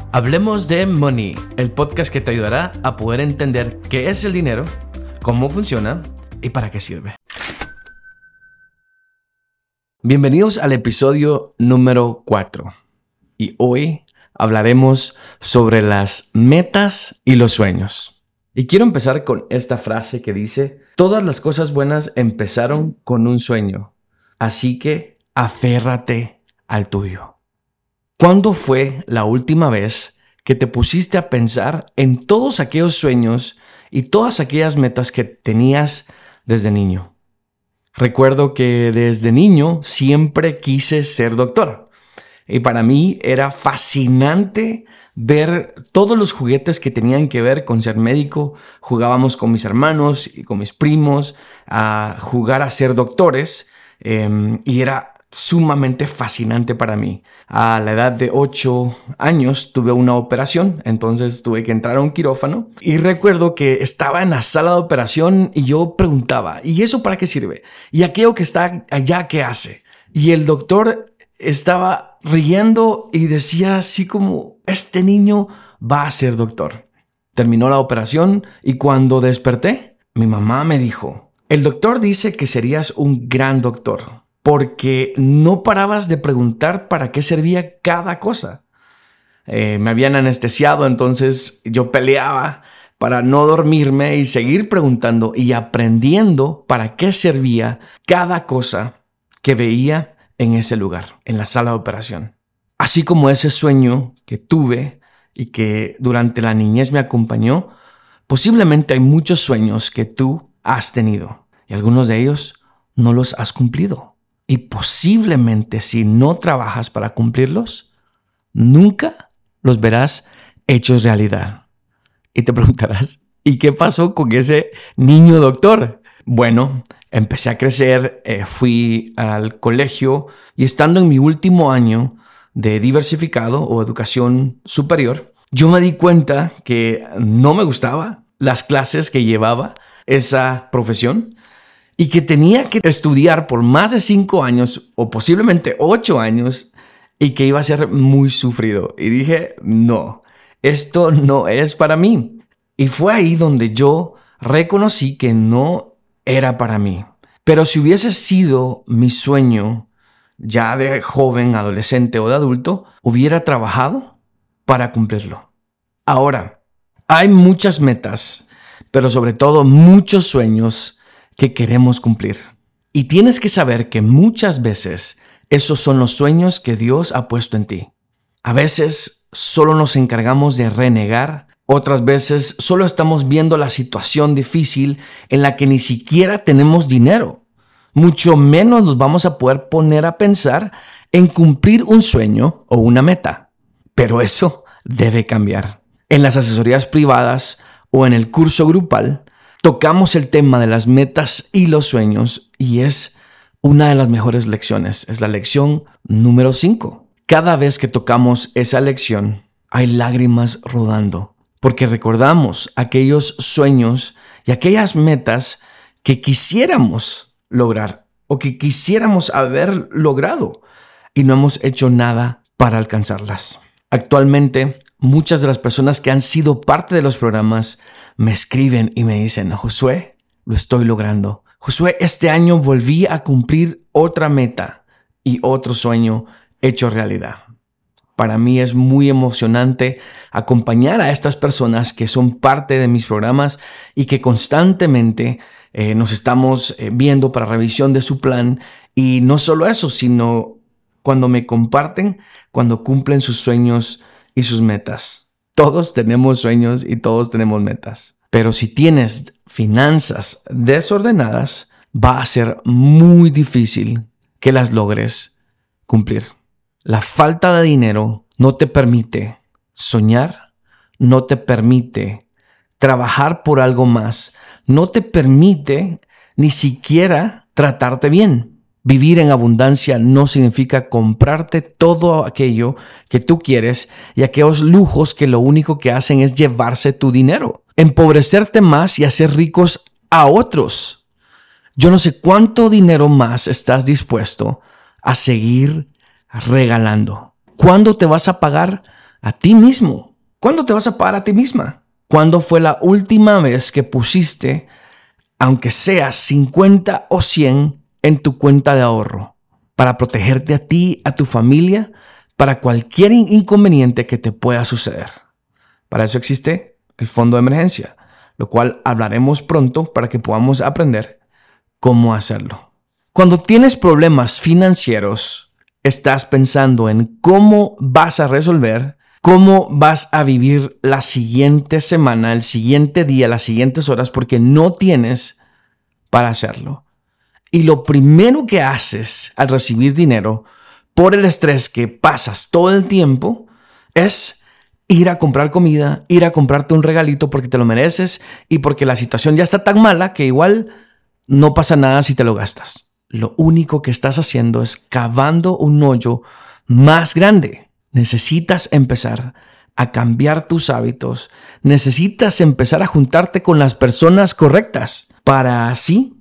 Hablemos de Money, el podcast que te ayudará a poder entender qué es el dinero, cómo funciona y para qué sirve. Bienvenidos al episodio número 4 y hoy hablaremos sobre las metas y los sueños. Y quiero empezar con esta frase que dice: todas las cosas buenas empezaron con un sueño, así que aférrate al tuyo. ¿Cuándo fue la última vez que te pusiste a pensar en todos aquellos sueños y todas aquellas metas que tenías desde niño? Recuerdo que desde niño siempre quise ser doctor y para mí era fascinante ver todos los juguetes que tenían que ver con ser médico. Jugábamos con mis hermanos y con mis primos a jugar a ser doctores y era sumamente fascinante para mí. A la edad de 8 años tuve una operación, entonces tuve que entrar a un quirófano y recuerdo que estaba en la sala de operación y yo preguntaba: ¿y eso para qué sirve? ¿Y aquello que está allá qué hace? Y el doctor estaba riendo y decía así como: este niño va a ser doctor. Terminó la operación y cuando desperté, mi mamá me dijo: el doctor dice que serías un gran doctor, porque no parabas de preguntar para qué servía cada cosa. Me habían anestesiado, entonces yo peleaba para no dormirme y seguir preguntando y aprendiendo para qué servía cada cosa que veía en ese lugar, en la sala de operación. Así como ese sueño que tuve y que durante la niñez me acompañó, posiblemente hay muchos sueños que tú has tenido y algunos de ellos no los has cumplido. Y posiblemente si no trabajas para cumplirlos, nunca los verás hechos realidad. Y te preguntarás: ¿y qué pasó con ese niño doctor? Bueno, empecé a crecer, fui al colegio y estando en mi último año de diversificado o educación superior, yo me di cuenta que no me gustaba las clases que llevaba esa profesión y que tenía que estudiar por más de 5 años o posiblemente 8 años y que iba a ser muy sufrido. Y dije: no, esto no es para mí. Y fue ahí donde yo reconocí que no era para mí. Pero si hubiese sido mi sueño ya de joven, adolescente o de adulto, hubiera trabajado para cumplirlo. Ahora, hay muchas metas, pero sobre todo muchos sueños que queremos cumplir. Y tienes que saber que muchas veces esos son los sueños que Dios ha puesto en ti. A veces solo nos encargamos de renegar, otras veces solo estamos viendo la situación difícil en la que ni siquiera tenemos dinero. Mucho menos nos vamos a poder poner a pensar en cumplir un sueño o una meta. Pero eso debe cambiar. En las asesorías privadas o en el curso grupal, tocamos el tema de las metas y los sueños y es una de las mejores lecciones. Es la lección número 5. Cada vez que tocamos esa lección, hay lágrimas rodando porque recordamos aquellos sueños y aquellas metas que quisiéramos lograr o que quisiéramos haber logrado y no hemos hecho nada para alcanzarlas. Actualmente, muchas de las personas que han sido parte de los programas me escriben y me dicen: Josué, lo estoy logrando. Josué, este año volví a cumplir otra meta y otro sueño hecho realidad. Para mí es muy emocionante acompañar a estas personas que son parte de mis programas y que constantemente nos estamos viendo para revisión de su plan. Y no solo eso, sino cuando me comparten, cuando cumplen sus sueños y sus metas. Todos tenemos sueños y todos tenemos metas. Pero si tienes finanzas desordenadas, va a ser muy difícil que las logres cumplir. La falta de dinero no te permite soñar, no te permite trabajar por algo más, no te permite ni siquiera tratarte bien. Vivir en abundancia no significa comprarte todo aquello que tú quieres y aquellos lujos que lo único que hacen es llevarse tu dinero, empobrecerte más y hacer ricos a otros. Yo no sé cuánto dinero más estás dispuesto a seguir regalando. ¿Cuándo te vas a pagar a ti mismo. ¿Cuándo te vas a pagar a ti misma? ¿Cuándo fue la última vez que pusiste, aunque sea 50 o 100, en tu cuenta de ahorro para protegerte a ti, a tu familia, para cualquier inconveniente que te pueda suceder? Para eso existe el fondo de emergencia, lo cual hablaremos pronto para que podamos aprender cómo hacerlo. Cuando tienes problemas financieros, estás pensando en cómo vas a resolver, cómo vas a vivir la siguiente semana, el siguiente día, las siguientes horas, porque no tienes para hacerlo. Y lo primero que haces al recibir dinero por el estrés que pasas todo el tiempo es ir a comprar comida, ir a comprarte un regalito porque te lo mereces y porque la situación ya está tan mala que igual no pasa nada si te lo gastas. Lo único que estás haciendo es cavando un hoyo más grande. Necesitas empezar a cambiar tus hábitos. Necesitas empezar a juntarte con las personas correctas para así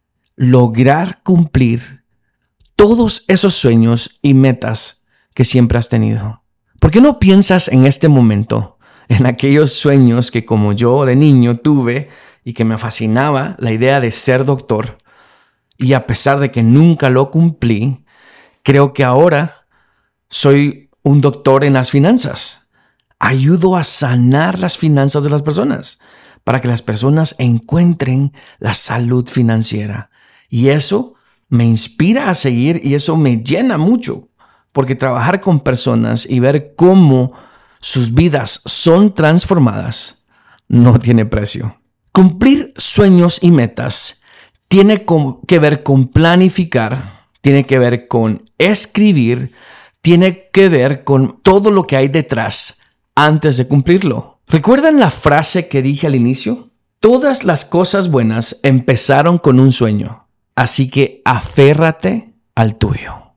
lograr cumplir todos esos sueños y metas que siempre has tenido. ¿Por qué no piensas en este momento en aquellos sueños que como yo de niño tuve y que me fascinaba la idea de ser doctor? Y a pesar de que nunca lo cumplí, creo que ahora soy un doctor en las finanzas. Ayudo a sanar las finanzas de las personas para que las personas encuentren la salud financiera. Y eso me inspira a seguir y eso me llena mucho, porque trabajar con personas y ver cómo sus vidas son transformadas no tiene precio. Cumplir sueños y metas tiene que ver con planificar, tiene que ver con escribir, tiene que ver con todo lo que hay detrás antes de cumplirlo. ¿Recuerdan la frase que dije al inicio? Todas las cosas buenas empezaron con un sueño, así que aférrate al tuyo.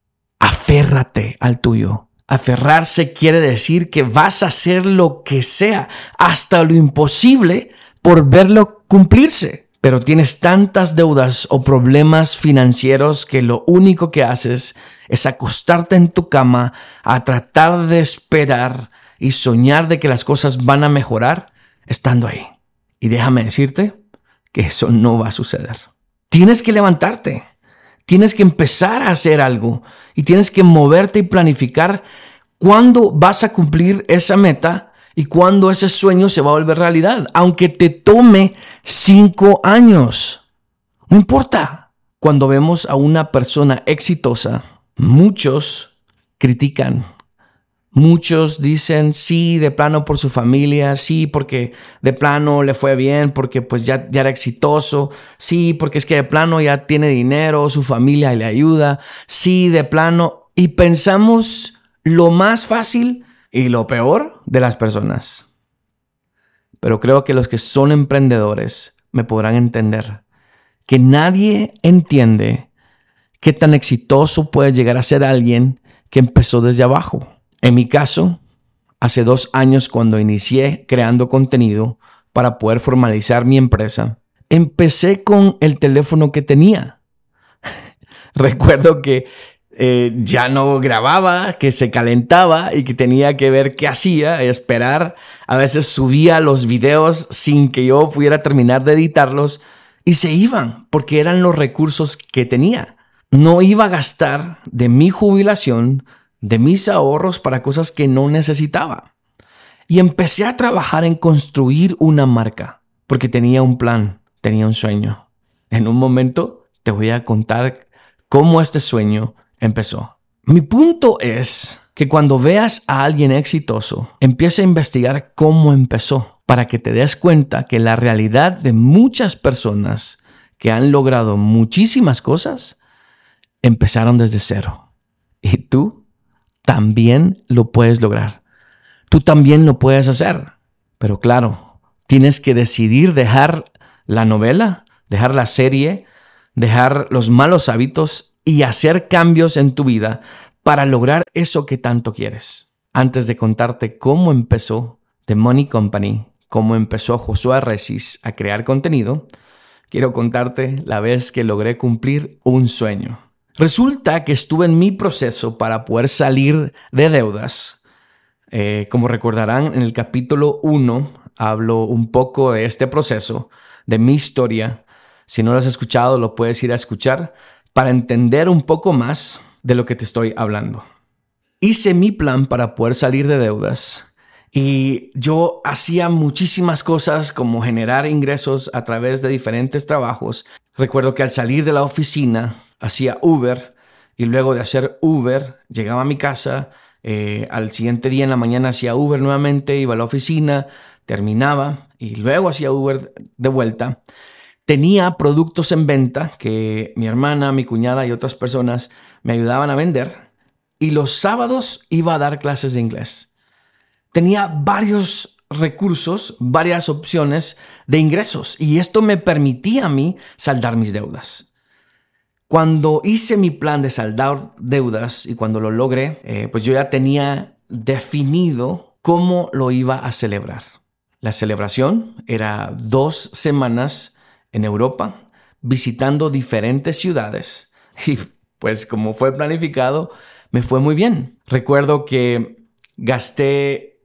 Aférrate al tuyo. Aferrarse quiere decir que vas a hacer lo que sea, hasta lo imposible, por verlo cumplirse. Pero tienes tantas deudas o problemas financieros que lo único que haces es acostarte en tu cama a tratar de esperar y soñar de que las cosas van a mejorar estando ahí. Y déjame decirte que eso no va a suceder. Tienes que levantarte. Tienes que empezar a hacer algo y tienes que moverte y planificar cuándo vas a cumplir esa meta y cuándo ese sueño se va a volver realidad, aunque te tome 5 años. No importa. Cuando vemos a una persona exitosa, muchos critican. Muchos dicen sí, de plano por su familia, sí, porque de plano le fue bien, porque pues ya era exitoso, sí, porque es que de plano ya tiene dinero, su familia le ayuda, sí, de plano. Y pensamos lo más fácil y lo peor de las personas. Pero creo que los que son emprendedores me podrán entender que nadie entiende qué tan exitoso puede llegar a ser alguien que empezó desde abajo. En mi caso, hace 2 años cuando inicié creando contenido para poder formalizar mi empresa, empecé con el teléfono que tenía. Recuerdo que ya no grababa, que se calentaba y que tenía que ver qué hacía, esperar. A veces subía los videos sin que yo pudiera terminar de editarlos y se iban porque eran los recursos que tenía. No iba a gastar de mi jubilación, de mis ahorros para cosas que no necesitaba. Y empecé a trabajar en construir una marca porque tenía un plan, tenía un sueño. En un momento te voy a contar cómo este sueño empezó. Mi punto es que cuando veas a alguien exitoso, empieza a investigar cómo empezó para que te des cuenta que la realidad de muchas personas que han logrado muchísimas cosas empezaron desde cero. Y tú también lo puedes lograr. Tú también lo puedes hacer. Pero claro, tienes que decidir dejar la novela, dejar la serie, dejar los malos hábitos y hacer cambios en tu vida para lograr eso que tanto quieres. Antes de contarte cómo empezó The Money Company, cómo empezó Josué Arrecis a crear contenido, quiero contarte la vez que logré cumplir un sueño. Resulta que estuve en mi proceso para poder salir de deudas Como recordarán, en el capítulo 1 hablo un poco de este proceso, de mi historia. Si no lo has escuchado, lo puedes ir a escuchar para entender un poco más de lo que te estoy hablando. Hice mi plan para poder salir de deudas y yo hacía muchísimas cosas como generar ingresos a través de diferentes trabajos. Recuerdo que al salir de la oficina hacía Uber y luego de hacer Uber llegaba a mi casa. Al siguiente día en la mañana hacía Uber nuevamente, iba a la oficina, terminaba y luego hacía Uber de vuelta. Tenía productos en venta que mi hermana, mi cuñada y otras personas me ayudaban a vender. Y los sábados iba a dar clases de inglés. Tenía varios recursos, varias opciones de ingresos. Y esto me permitía a mí saldar mis deudas. Cuando hice mi plan de saldar deudas y cuando lo logré, pues yo ya tenía definido cómo lo iba a celebrar. La celebración era 2 semanas en Europa, visitando diferentes ciudades. Y pues como fue planificado, me fue muy bien. Recuerdo que gasté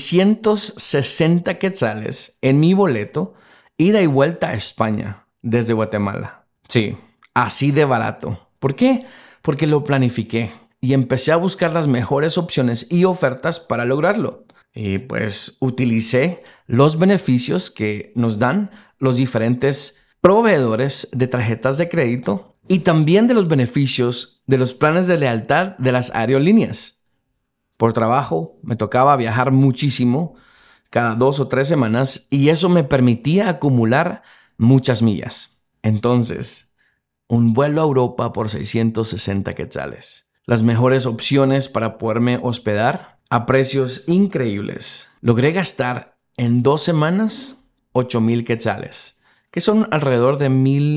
660 quetzales en mi boleto, ida y vuelta a España desde Guatemala. Sí, así de barato. ¿Por qué? Porque lo planifiqué y empecé a buscar las mejores opciones y ofertas para lograrlo. Y pues utilicé los beneficios que nos dan los diferentes proveedores de tarjetas de crédito y también de los beneficios de los planes de lealtad de las aerolíneas. Por trabajo me tocaba viajar muchísimo, cada 2 o 3 semanas, y eso me permitía acumular muchas millas. Entonces, un vuelo a Europa por 660 quetzales. Las mejores opciones para poderme hospedar a precios increíbles. Logré gastar en 2 semanas 8,000 quetzales, que son alrededor de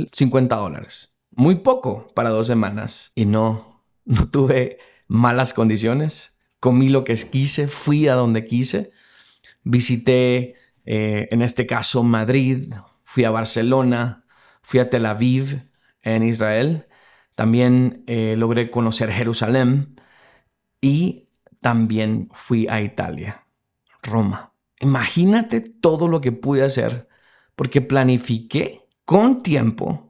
$1,050. Muy poco para 2 semanas. Y no tuve malas condiciones. Comí lo que quise, fui a donde quise. Visité, en este caso, Madrid. Fui a Barcelona. Fui a Tel Aviv, en Israel. También logré conocer Jerusalén. Y también fui a Italia, Roma. Imagínate todo lo que pude hacer porque planifiqué con tiempo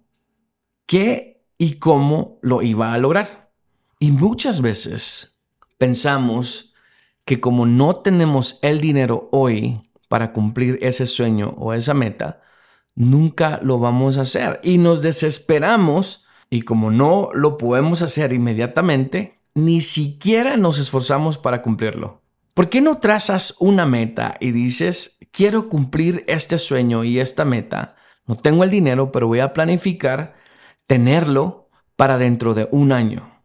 qué y cómo lo iba a lograr. Y muchas veces pensamos que como no tenemos el dinero hoy para cumplir ese sueño o esa meta, nunca lo vamos a hacer. Y nos desesperamos y como no lo podemos hacer inmediatamente, ni siquiera nos esforzamos para cumplirlo. ¿Por qué no trazas una meta y dices, quiero cumplir este sueño y esta meta? No tengo el dinero, pero voy a planificar tenerlo para dentro de 1 año,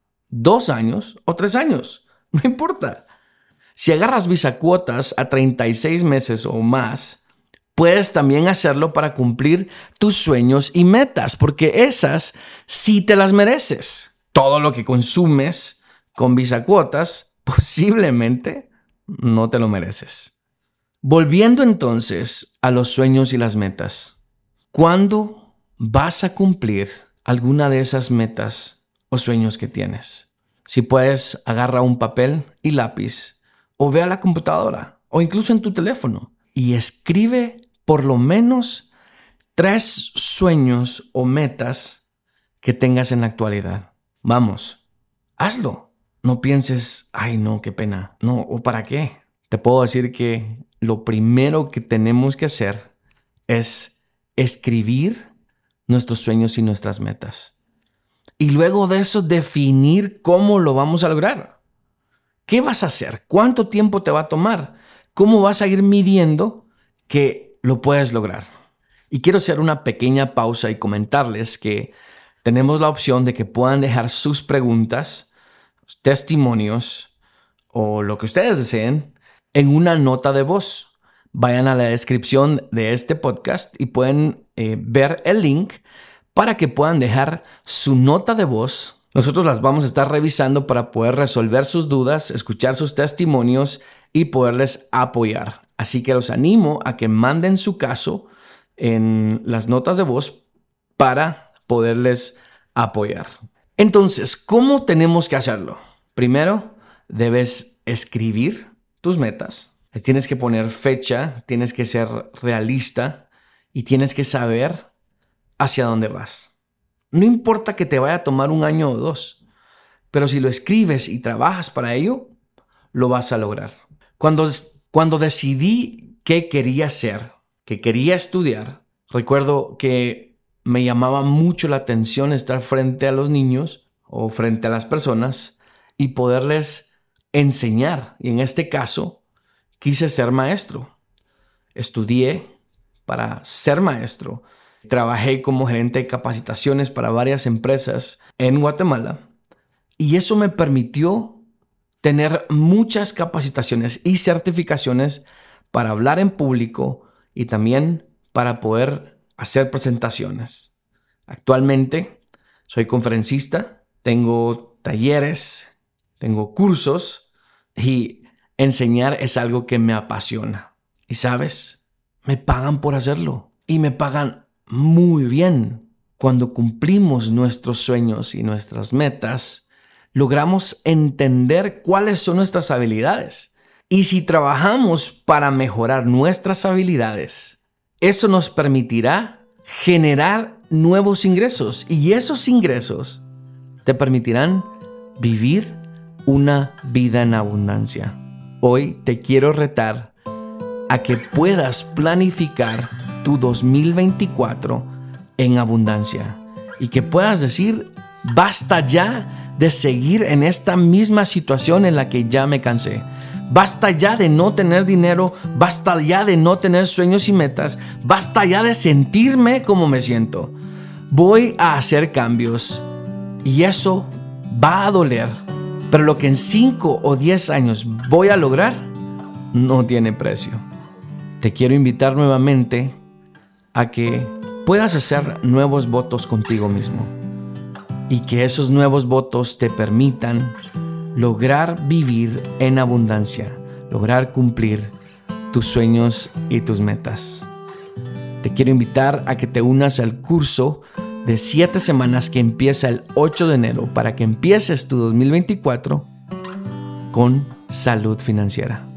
2 años o 3 años. No importa. Si agarras bisacuotas a 36 meses o más, puedes también hacerlo para cumplir tus sueños y metas, porque esas sí te las mereces. Todo lo que consumes con bisacuotas posiblemente no te lo mereces. Volviendo entonces a los sueños y las metas, ¿cuándo vas a cumplir alguna de esas metas o sueños que tienes? Si puedes, agarra un papel y lápiz o ve a la computadora o incluso en tu teléfono y escribe por lo menos 3 sueños o metas que tengas en la actualidad. Vamos, hazlo. No pienses, ay no, qué pena. No, ¿o para qué? Te puedo decir que lo primero que tenemos que hacer es escribir nuestros sueños y nuestras metas. Y luego de eso definir cómo lo vamos a lograr. ¿Qué vas a hacer? ¿Cuánto tiempo te va a tomar? ¿Cómo vas a ir midiendo que lo puedes lograr? Y quiero hacer una pequeña pausa y comentarles que tenemos la opción de que puedan dejar sus preguntas, testimonios o lo que ustedes deseen en una nota de voz. Vayan a la descripción de este podcast y pueden ver el link para que puedan dejar su nota de voz. Nosotros las vamos a estar revisando para poder resolver sus dudas, escuchar sus testimonios y poderles apoyar. Así que los animo a que manden su caso en las notas de voz para poderles apoyar. Entonces, ¿cómo tenemos que hacerlo? Primero, debes escribir tus metas. Tienes que poner fecha, tienes que ser realista y tienes que saber hacia dónde vas. No importa que te vaya a tomar 1 año o 2, pero si lo escribes y trabajas para ello, lo vas a lograr. Cuando decidí qué quería hacer, que quería estudiar, recuerdo que me llamaba mucho la atención estar frente a los niños o frente a las personas y poderles enseñar. Y en este caso, quise ser maestro. Estudié para ser maestro. Trabajé como gerente de capacitaciones para varias empresas en Guatemala y eso me permitió tener muchas capacitaciones y certificaciones para hablar en público y también para poder hacer presentaciones. Actualmente soy conferencista, tengo talleres, tengo cursos y enseñar es algo que me apasiona. Y sabes, me pagan por hacerlo y me pagan muy bien. Cuando cumplimos nuestros sueños y nuestras metas, logramos entender cuáles son nuestras habilidades. Y si trabajamos para mejorar nuestras habilidades, eso nos permitirá generar nuevos ingresos. Y esos ingresos te permitirán vivir una vida en abundancia. Hoy te quiero retar a que puedas planificar tu 2024 en abundancia y que puedas decir, basta ya de seguir en esta misma situación en la que ya me cansé. Basta ya de no tener dinero, basta ya de no tener sueños y metas, basta ya de sentirme como me siento. Voy a hacer cambios y eso va a doler, pero lo que en 5 o 10 años voy a lograr no tiene precio. Te quiero invitar nuevamente a que puedas hacer nuevos votos contigo mismo y que esos nuevos votos te permitan lograr vivir en abundancia, lograr cumplir tus sueños y tus metas. Te quiero invitar a que te unas al curso de 7 semanas que empieza el 8 de enero para que empieces tu 2024 con salud financiera.